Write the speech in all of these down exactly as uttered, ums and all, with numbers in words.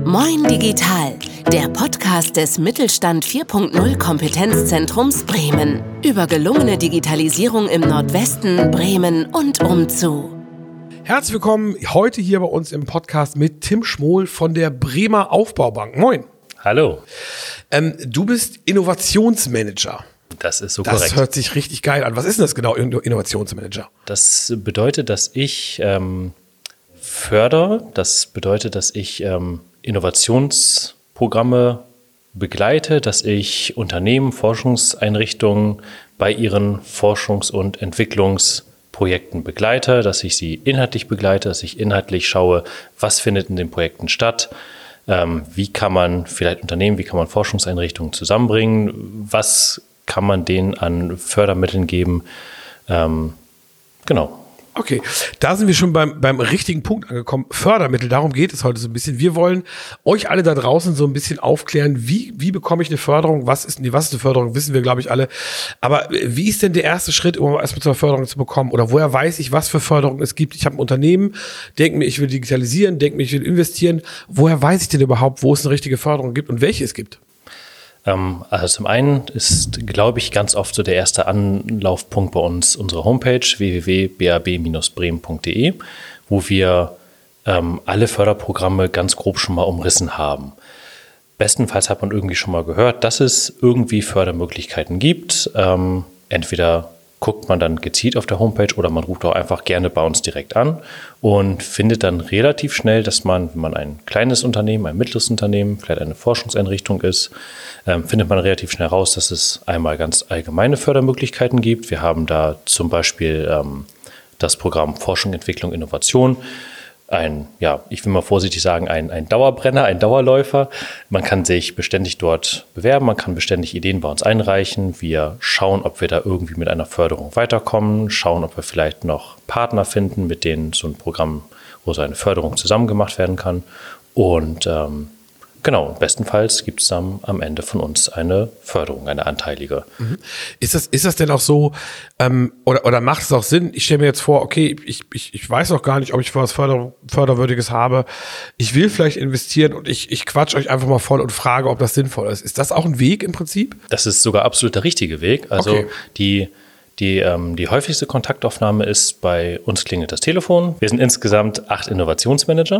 Moin Digital, der Podcast des Mittelstand vier Punkt null Kompetenzzentrums Bremen. Über gelungene Digitalisierung im Nordwesten, Bremen und umzu. Herzlich willkommen heute hier bei uns im Podcast mit Tim Schmohl von der Bremer Aufbaubank. Moin. Hallo. Ähm, du bist Innovationsmanager. Das ist so das korrekt. Das hört sich richtig geil an. Was ist denn das genau, Innovationsmanager? Das bedeutet, dass ich ähm, fördere. Das bedeutet, dass ich ähm, Innovationsprogramme begleite, dass ich Unternehmen, Forschungseinrichtungen bei ihren Forschungs- und Entwicklungsprojekten begleite, dass ich sie inhaltlich begleite, dass ich inhaltlich schaue, was findet in den Projekten statt, ähm, wie kann man vielleicht Unternehmen, wie kann man Forschungseinrichtungen zusammenbringen, was kann man denen an Fördermitteln geben. Ähm, genau. Okay, da sind wir schon beim, beim richtigen Punkt angekommen. Fördermittel, darum geht es heute so ein bisschen. Wir wollen euch alle da draußen so ein bisschen aufklären, wie, wie bekomme ich eine Förderung, was ist, nee, was ist eine Förderung, wissen wir, glaube ich, alle. Aber wie ist denn der erste Schritt, um erstmal zur Förderung zu bekommen? Oder woher weiß ich, was für Förderung es gibt? Ich habe ein Unternehmen, denke mir, ich will digitalisieren, denke mir, ich will investieren. Woher weiß ich denn überhaupt, wo es eine richtige Förderung gibt und welche es gibt? Also zum einen ist, glaube ich, ganz oft so der erste Anlaufpunkt bei uns unsere Homepage w w w punkt b a b Bindestrich bremen punkt d e, wo wir ähm, alle Förderprogramme ganz grob schon mal umrissen haben. Bestenfalls hat man irgendwie schon mal gehört, dass es irgendwie Fördermöglichkeiten gibt. Ähm, entweder guckt man dann gezielt auf der Homepage oder man ruft auch einfach gerne bei uns direkt an und findet dann relativ schnell, dass man, wenn man ein kleines Unternehmen, ein mittleres Unternehmen, vielleicht eine Forschungseinrichtung ist, ähm, findet man relativ schnell raus, dass es einmal ganz allgemeine Fördermöglichkeiten gibt. Wir haben da zum Beispiel ähm, das Programm Forschung, Entwicklung, Innovation. Ein, ja, ich will mal vorsichtig sagen, ein, ein Dauerbrenner, ein Dauerläufer. Man kann sich beständig dort bewerben, man kann beständig Ideen bei uns einreichen. Wir schauen, ob wir da irgendwie mit einer Förderung weiterkommen, schauen, ob wir vielleicht noch Partner finden, mit denen so ein Programm, wo so eine Förderung zusammen gemacht werden kann. Und ähm, genau, bestenfalls gibt es dann am Ende von uns eine Förderung, eine anteilige. Mhm. Ist das, ist das denn auch so, ähm, oder, oder macht es auch Sinn? Ich stelle mir jetzt vor, okay, ich, ich, ich weiß noch gar nicht, ob ich was Förder, Förderwürdiges habe. Ich will vielleicht investieren und ich, ich quatsch euch einfach mal voll und frage, ob das sinnvoll ist. Ist das auch ein Weg im Prinzip? Das ist sogar absolut der richtige Weg. Also okay. die Die, ähm, die häufigste Kontaktaufnahme ist, bei uns klingelt das Telefon. Wir sind insgesamt acht Innovationsmanager.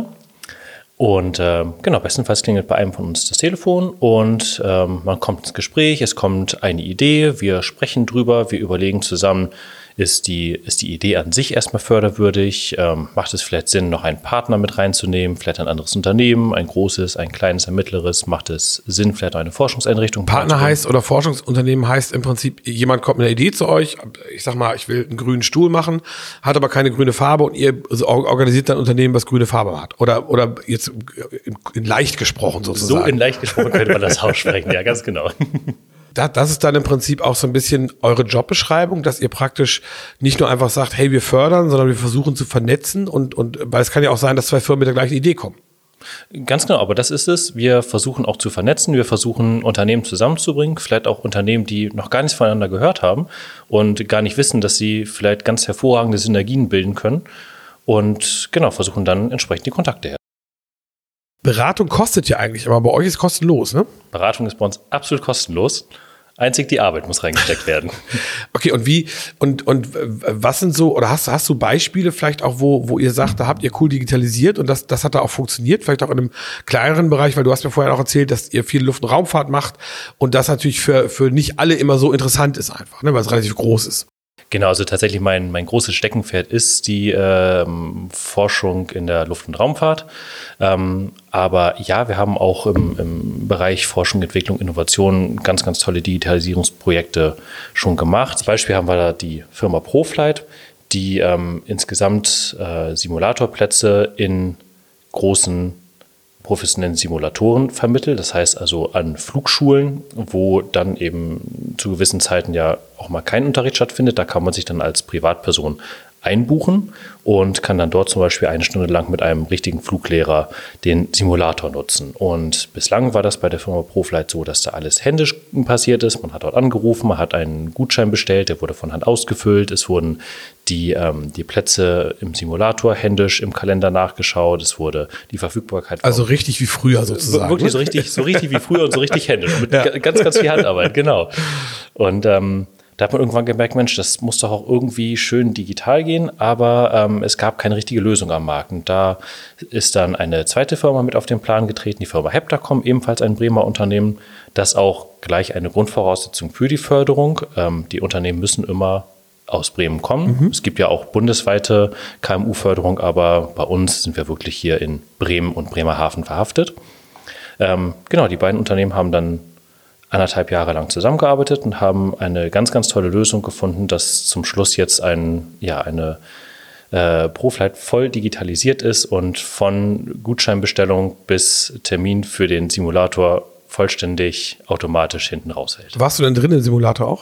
Und äh, genau, bestenfalls klingelt bei einem von uns das Telefon und ähm, man kommt ins Gespräch, es kommt eine Idee, wir sprechen drüber, wir überlegen zusammen, ist die, ist die Idee an sich erstmal förderwürdig, ähm, macht es vielleicht Sinn, noch einen Partner mit reinzunehmen, vielleicht ein anderes Unternehmen, ein großes, ein kleines, ein mittleres, macht es Sinn, vielleicht eine Forschungseinrichtung. Partner heißt oder Forschungsunternehmen heißt im Prinzip, jemand kommt mit einer Idee zu euch, ich sag mal, ich will einen grünen Stuhl machen, hat aber keine grüne Farbe und ihr organisiert dann ein Unternehmen, was grüne Farbe hat. Oder, oder jetzt in, in leicht gesprochen sozusagen. So in leicht gesprochen könnte man das aussprechen, ja, ganz genau. Das ist dann im Prinzip auch so ein bisschen eure Jobbeschreibung, dass ihr praktisch nicht nur einfach sagt, hey, wir fördern, sondern wir versuchen zu vernetzen und, und weil es kann ja auch sein, dass zwei Firmen mit der gleichen Idee kommen. Ganz genau, aber das ist es. Wir versuchen auch zu vernetzen, wir versuchen Unternehmen zusammenzubringen, vielleicht auch Unternehmen, die noch gar nichts voneinander gehört haben und gar nicht wissen, dass sie vielleicht ganz hervorragende Synergien bilden können und genau, versuchen dann entsprechend die Kontakte her. Beratung kostet ja eigentlich, aber bei euch ist es kostenlos, ne? Beratung ist bei uns absolut kostenlos. Einzig die Arbeit muss reingesteckt werden. Okay, und wie, und, und was sind so, oder hast, hast du Beispiele vielleicht auch, wo, wo ihr sagt, da habt ihr cool digitalisiert und das, das hat da auch funktioniert, vielleicht auch in einem kleineren Bereich, weil du hast mir vorher auch erzählt, dass ihr viel Luft- und Raumfahrt macht und das natürlich für, für nicht alle immer so interessant ist einfach, ne, weil es relativ groß ist. Genau, also tatsächlich mein, mein großes Steckenpferd ist die ähm, Forschung in der Luft- und Raumfahrt. Ähm, aber ja, wir haben auch im, im Bereich Forschung, Entwicklung, Innovation ganz, ganz tolle Digitalisierungsprojekte schon gemacht. Zum Beispiel haben wir da die Firma ProFlight, die ähm, insgesamt äh, Simulatorplätze in großen professionellen Simulatoren vermittelt, das heißt also an Flugschulen, wo dann eben zu gewissen Zeiten ja auch mal kein Unterricht stattfindet. Da kann man sich dann als Privatperson einbuchen und kann dann dort zum Beispiel eine Stunde lang mit einem richtigen Fluglehrer den Simulator nutzen. Und bislang war das bei der Firma ProFlight so, dass da alles händisch passiert ist. Man hat dort angerufen, man hat einen Gutschein bestellt, der wurde von Hand ausgefüllt. Es wurden die, ähm, die Plätze im Simulator händisch im Kalender nachgeschaut. Es wurde die Verfügbarkeit. Also richtig wie früher sozusagen. Wirklich so richtig, so richtig wie früher und so richtig händisch. Mit ja. ganz, ganz viel Handarbeit, genau. Und ähm, da hat man irgendwann gemerkt, Mensch, das muss doch auch irgendwie schön digital gehen, aber ähm, es gab keine richtige Lösung am Markt. Und da ist dann eine zweite Firma mit auf den Plan getreten, die Firma Heptacom, ebenfalls ein Bremer Unternehmen. Das auch gleich eine Grundvoraussetzung für die Förderung. Ähm, die Unternehmen müssen immer aus Bremen kommen. Mhm. Es gibt ja auch bundesweite K M U-Förderung, aber bei uns sind wir wirklich hier in Bremen und Bremerhaven verhaftet. Ähm, genau, die beiden Unternehmen haben dann anderthalb Jahre lang zusammengearbeitet und haben eine ganz, ganz tolle Lösung gefunden, dass zum Schluss jetzt ein, ja, eine äh, ProFlight voll digitalisiert ist und von Gutscheinbestellung bis Termin für den Simulator vollständig automatisch hinten raushält. Warst du denn drin im Simulator auch?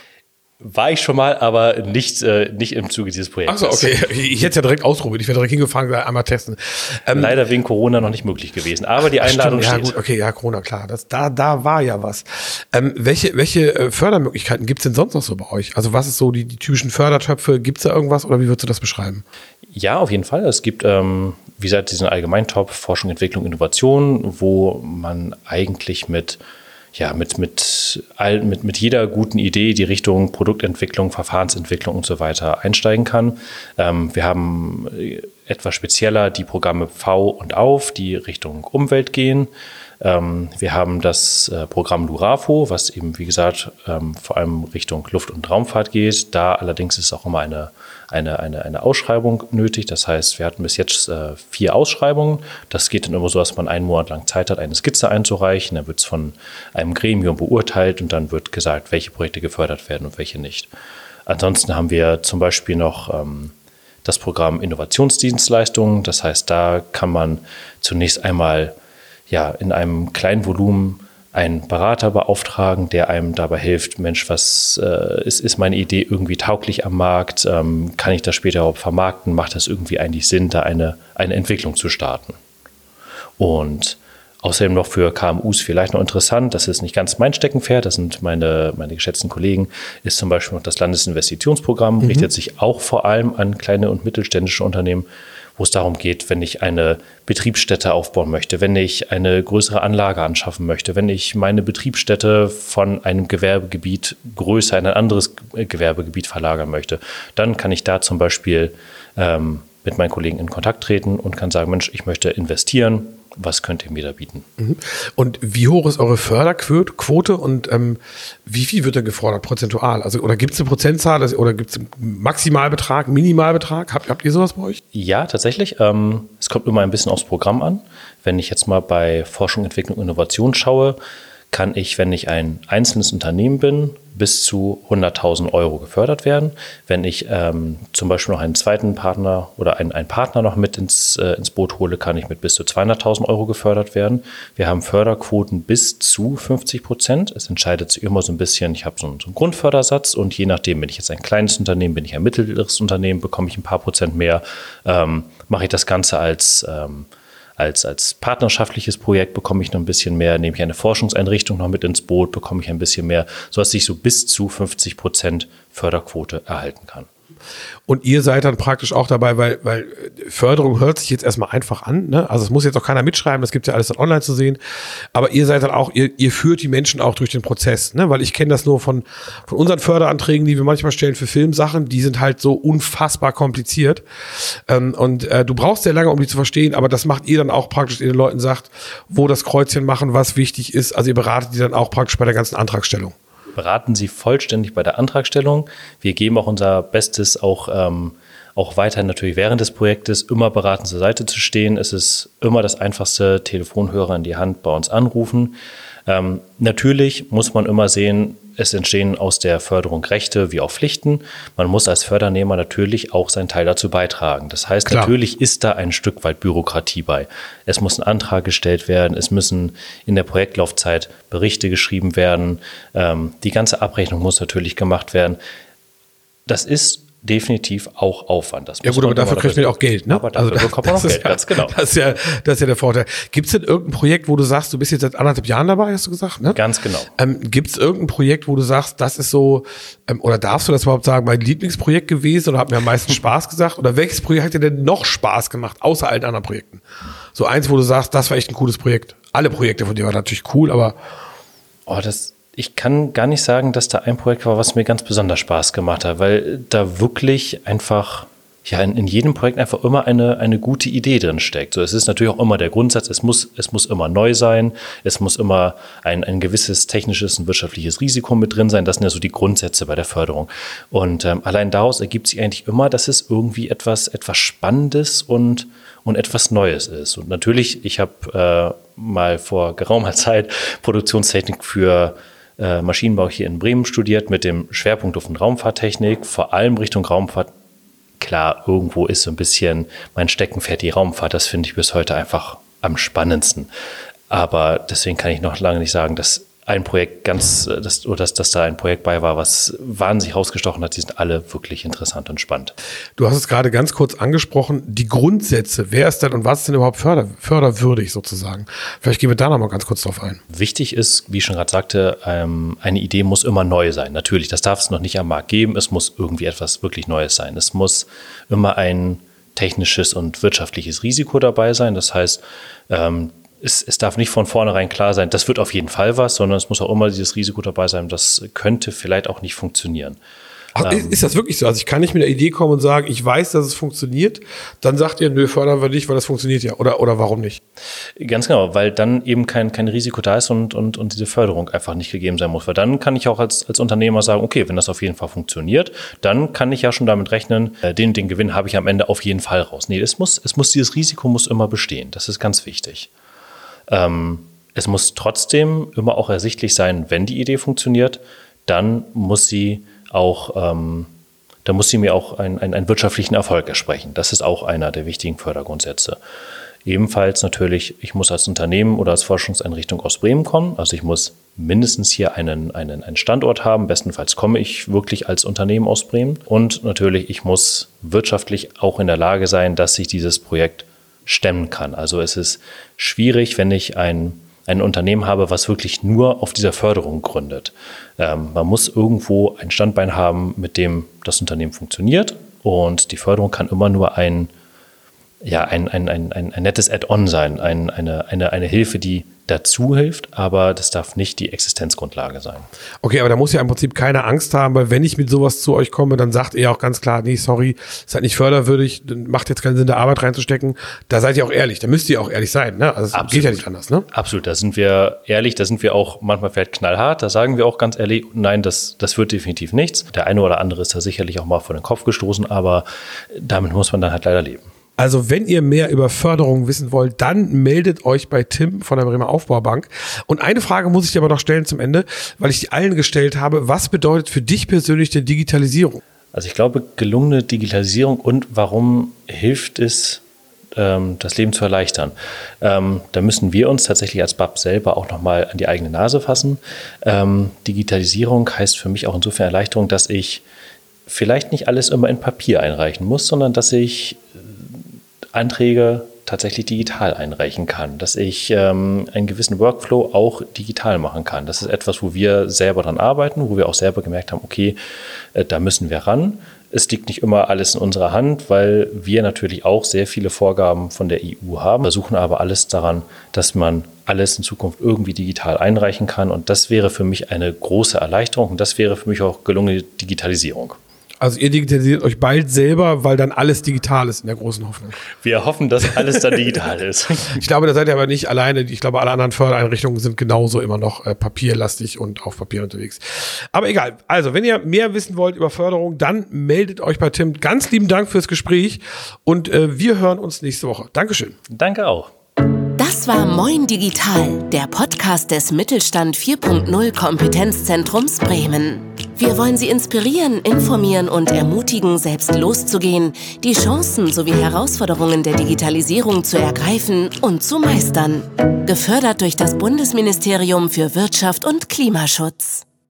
War ich schon mal, aber nicht, äh, nicht im Zuge dieses Projekts. Ach so, okay. Ich hätte es ja direkt ausprobiert. Ich wäre direkt hingefahren, einmal testen. Ähm, Leider wegen Corona noch nicht möglich gewesen. Aber die Einladung stimmt, steht. Ja, gut, okay, ja, Corona, klar. Das, da, da war ja was. Ähm, welche welche Fördermöglichkeiten gibt es denn sonst noch so bei euch? Also was ist so die, die typischen Fördertöpfe? Gibt es da irgendwas oder wie würdest du das beschreiben? Ja, auf jeden Fall. Es gibt, ähm, wie gesagt, diesen Allgemeintopf Forschung, Entwicklung, Innovation, wo man eigentlich mit ja, mit, mit, all, mit, mit jeder guten Idee, die Richtung Produktentwicklung, Verfahrensentwicklung und so weiter einsteigen kann. Ähm, wir haben etwas spezieller die Programme V und Auf, die Richtung Umwelt gehen. Ähm, wir haben das äh, Programm LURAFO, was eben, wie gesagt, ähm, vor allem Richtung Luft- und Raumfahrt geht. Da allerdings ist auch immer eine, eine, eine, eine Ausschreibung nötig. Das heißt, wir hatten bis jetzt äh, vier Ausschreibungen. Das geht dann immer so, dass man einen Monat lang Zeit hat, eine Skizze einzureichen. Dann wird es von einem Gremium beurteilt und dann wird gesagt, welche Projekte gefördert werden und welche nicht. Ansonsten haben wir zum Beispiel noch ähm, das Programm Innovationsdienstleistungen. Das heißt, da kann man zunächst einmal ja, in einem kleinen Volumen einen Berater beauftragen, der einem dabei hilft, Mensch, was äh, ist, ist meine Idee irgendwie tauglich am Markt? Ähm, kann ich das später überhaupt vermarkten? Macht das irgendwie eigentlich Sinn, da eine, eine Entwicklung zu starten? Und außerdem noch für K M Us vielleicht noch interessant, das ist nicht ganz mein Steckenpferd, das sind meine, meine geschätzten Kollegen, ist zum Beispiel noch das Landesinvestitionsprogramm, mhm. richtet sich auch vor allem an kleine und mittelständische Unternehmen, wo es darum geht, wenn ich eine Betriebsstätte aufbauen möchte, wenn ich eine größere Anlage anschaffen möchte, wenn ich meine Betriebsstätte von einem Gewerbegebiet größer in ein anderes Gewerbegebiet verlagern möchte, dann kann ich da zum Beispiel ähm, mit meinen Kollegen in Kontakt treten und kann sagen, Mensch, ich möchte investieren, was könnt ihr mir da bieten? Und wie hoch ist eure Förderquote und ähm, wie viel wird denn gefordert prozentual? Also oder gibt es eine Prozentzahl oder gibt es einen Maximalbetrag, Minimalbetrag? Habt, habt ihr sowas bei euch? Ja, tatsächlich. Ähm, es kommt immer ein bisschen aufs Programm an. Wenn ich jetzt mal bei Forschung, Entwicklung, Innovation schaue, kann ich, wenn ich ein einzelnes Unternehmen bin, bis zu hunderttausend Euro gefördert werden. Wenn ich ähm, zum Beispiel noch einen zweiten Partner oder einen, einen Partner noch mit ins, äh, ins Boot hole, kann ich mit bis zu zweihunderttausend Euro gefördert werden. Wir haben Förderquoten bis zu fünfzig Prozent. Es entscheidet sich immer so ein bisschen, ich habe so einen, so einen Grundfördersatz und je nachdem, bin ich jetzt ein kleines Unternehmen, bin ich ein mittleres Unternehmen, bekomme ich ein paar Prozent mehr, ähm, mache ich das Ganze als ähm, Als, als partnerschaftliches Projekt bekomme ich noch ein bisschen mehr, nehme ich eine Forschungseinrichtung noch mit ins Boot, bekomme ich ein bisschen mehr, sodass ich so bis zu fünfzig Prozent Förderquote erhalten kann. Und ihr seid dann praktisch auch dabei, weil, weil Förderung hört sich jetzt erstmal einfach an, ne? Also es muss jetzt auch keiner mitschreiben, das gibt ja alles dann online zu sehen. Aber ihr seid dann auch, ihr, ihr führt die Menschen auch durch den Prozess, ne? Weil ich kenne das nur von, von unseren Förderanträgen, die wir manchmal stellen für Filmsachen, die sind halt so unfassbar kompliziert. Ähm, und äh, du brauchst sehr lange, um die zu verstehen, aber das macht ihr dann auch praktisch, ihr den Leuten sagt, wo das Kreuzchen machen, was wichtig ist. Also ihr beratet die dann auch praktisch bei der ganzen Antragstellung. Beraten Sie vollständig bei der Antragstellung. Wir geben auch unser Bestes, auch, ähm, auch weiterhin natürlich während des Projektes immer beratend zur Seite zu stehen. Es ist immer das einfachste, Telefonhörer in die Hand, bei uns anrufen. Ähm, natürlich muss man immer sehen, es entstehen aus der Förderung Rechte wie auch Pflichten. Man muss als Fördernehmer natürlich auch seinen Teil dazu beitragen. Das heißt, Klar. natürlich ist da ein Stück weit Bürokratie bei. Es muss ein Antrag gestellt werden, es müssen in der Projektlaufzeit Berichte geschrieben werden, ähm, die ganze Abrechnung muss natürlich gemacht werden. Das ist definitiv auch Aufwand. Das ja gut, aber dafür kriegt man ja auch Geld, ne? Aber dafür also, bekommt man auch Geld, ja, ganz genau. Das ist, ja, das ist ja der Vorteil. Gibt es denn irgendein Projekt, wo du sagst, du bist jetzt seit anderthalb Jahren dabei, hast du gesagt, ne? Ganz genau. Ähm, Gibt es irgendein Projekt, wo du sagst, das ist so, ähm, oder darfst du das überhaupt sagen, mein Lieblingsprojekt gewesen oder hat mir am meisten Spaß gesagt? Oder welches Projekt hat dir denn noch Spaß gemacht, außer allen anderen Projekten? So eins, wo du sagst, das war echt ein cooles Projekt. Alle Projekte von dir waren natürlich cool, aber... Oh, das... Ich kann gar nicht sagen, dass da ein Projekt war, was mir ganz besonders Spaß gemacht hat, weil da wirklich einfach, ja, in, in jedem Projekt einfach immer eine, eine gute Idee drin steckt. So, es ist natürlich auch immer der Grundsatz, es muss, es muss immer neu sein, es muss immer ein, ein gewisses technisches und wirtschaftliches Risiko mit drin sein. Das sind ja so die Grundsätze bei der Förderung. Und ähm, allein daraus ergibt sich eigentlich immer, dass es irgendwie etwas, etwas Spannendes und und etwas Neues ist. Und natürlich, ich habe äh, mal vor geraumer Zeit Produktionstechnik für äh, Maschinenbau hier in Bremen studiert mit dem Schwerpunkt auf Raumfahrttechnik, vor allem Richtung Raumfahrt. Klar, irgendwo ist so ein bisschen mein Steckenpferd die Raumfahrt. Das finde ich bis heute einfach am spannendsten. Aber deswegen kann ich noch lange nicht sagen, dass ein Projekt ganz, dass, oder dass, dass da ein Projekt bei war, was wahnsinnig rausgestochen hat. Die sind alle wirklich interessant und spannend. Du hast es gerade ganz kurz angesprochen, die Grundsätze. Wer ist denn und was ist denn überhaupt förder, förderwürdig sozusagen? Vielleicht gehen wir da noch mal ganz kurz drauf ein. Wichtig ist, wie ich schon gerade sagte, ähm, eine Idee muss immer neu sein. Natürlich, das darf es noch nicht am Markt geben. Es muss irgendwie etwas wirklich Neues sein. Es muss immer ein technisches und wirtschaftliches Risiko dabei sein. Das heißt, ähm, Es, es darf nicht von vornherein klar sein, das wird auf jeden Fall was, sondern es muss auch immer dieses Risiko dabei sein, das könnte vielleicht auch nicht funktionieren. Ach, ähm, ist das wirklich so? Also ich kann nicht mit der Idee kommen und sagen, ich weiß, dass es funktioniert, dann sagt ihr, nö, fördern wir nicht, weil das funktioniert ja. Oder, oder warum nicht? Ganz genau, weil dann eben kein, kein Risiko da ist und, und, und diese Förderung einfach nicht gegeben sein muss. Weil dann kann ich auch als, als Unternehmer sagen, okay, wenn das auf jeden Fall funktioniert, dann kann ich ja schon damit rechnen, den, den Gewinn habe ich am Ende auf jeden Fall raus. Nee, es muss, es muss, dieses Risiko muss immer bestehen. Das ist ganz wichtig. Ähm, es muss trotzdem immer auch ersichtlich sein, wenn die Idee funktioniert, dann muss sie auch, ähm, dann muss sie mir auch ein, ein, einen wirtschaftlichen Erfolg ersprechen. Das ist auch einer der wichtigen Fördergrundsätze. Ebenfalls natürlich, ich muss als Unternehmen oder als Forschungseinrichtung aus Bremen kommen. Also ich muss mindestens hier einen, einen, einen Standort haben. Bestenfalls komme ich wirklich als Unternehmen aus Bremen. Und natürlich, ich muss wirtschaftlich auch in der Lage sein, dass sich dieses Projekt stemmen kann. Also es ist schwierig, wenn ich ein, ein Unternehmen habe, was wirklich nur auf dieser Förderung gründet. Ähm, man muss irgendwo ein Standbein haben, mit dem das Unternehmen funktioniert, und die Förderung kann immer nur ein, ja, ein, ein, ein, ein, ein nettes Add-on sein, ein, eine, eine, eine Hilfe, die dazu hilft, aber das darf nicht die Existenzgrundlage sein. Okay, aber da muss ja im Prinzip keine Angst haben, weil wenn ich mit sowas zu euch komme, dann sagt ihr auch ganz klar, nee, sorry, ist halt nicht förderwürdig, macht jetzt keinen Sinn, da Arbeit reinzustecken. Da seid ihr auch ehrlich, da müsst ihr auch ehrlich sein, ne? Also es geht ja nicht anders, ne? Absolut, da sind wir ehrlich, da sind wir auch manchmal vielleicht knallhart, da sagen wir auch ganz ehrlich, nein, das, das wird definitiv nichts. Der eine oder andere ist da sicherlich auch mal vor den Kopf gestoßen, aber damit muss man dann halt leider leben. Also wenn ihr mehr über Förderung wissen wollt, dann meldet euch bei Tim von der Bremer Aufbaubank. Und eine Frage muss ich dir aber noch stellen zum Ende, weil ich die allen gestellt habe. Was bedeutet für dich persönlich denn Digitalisierung? Also ich glaube, gelungene Digitalisierung und warum hilft es, ähm, das Leben zu erleichtern? Ähm, da müssen wir uns tatsächlich als B A B selber auch nochmal an die eigene Nase fassen. Ähm, Digitalisierung heißt für mich auch insofern Erleichterung, dass ich vielleicht nicht alles immer in Papier einreichen muss, sondern dass ich Anträge tatsächlich digital einreichen kann, dass ich ähm, einen gewissen Workflow auch digital machen kann. Das ist etwas, wo wir selber dran arbeiten, wo wir auch selber gemerkt haben, okay, äh, da müssen wir ran. Es liegt nicht immer alles in unserer Hand, weil wir natürlich auch sehr viele Vorgaben von der E U haben. Wir versuchen aber alles daran, dass man alles in Zukunft irgendwie digital einreichen kann. Und das wäre für mich eine große Erleichterung. Und das wäre für mich auch gelungene Digitalisierung. Also ihr digitalisiert euch bald selber, weil dann alles digital ist in der großen Hoffnung. Wir hoffen, dass alles dann digital ist. Ich glaube, da seid ihr aber nicht alleine. Ich glaube, alle anderen Fördereinrichtungen sind genauso immer noch äh, papierlastig und auf Papier unterwegs. Aber egal. Also, wenn ihr mehr wissen wollt über Förderung, dann meldet euch bei Tim. Ganz lieben Dank fürs Gespräch und äh, wir hören uns nächste Woche. Dankeschön. Danke auch. Das war Moin Digital, der Podcast des Mittelstand vier Punkt null Kompetenzzentrums Bremen. Wir wollen Sie inspirieren, informieren und ermutigen, selbst loszugehen, die Chancen sowie Herausforderungen der Digitalisierung zu ergreifen und zu meistern. Gefördert durch das Bundesministerium für Wirtschaft und Klimaschutz.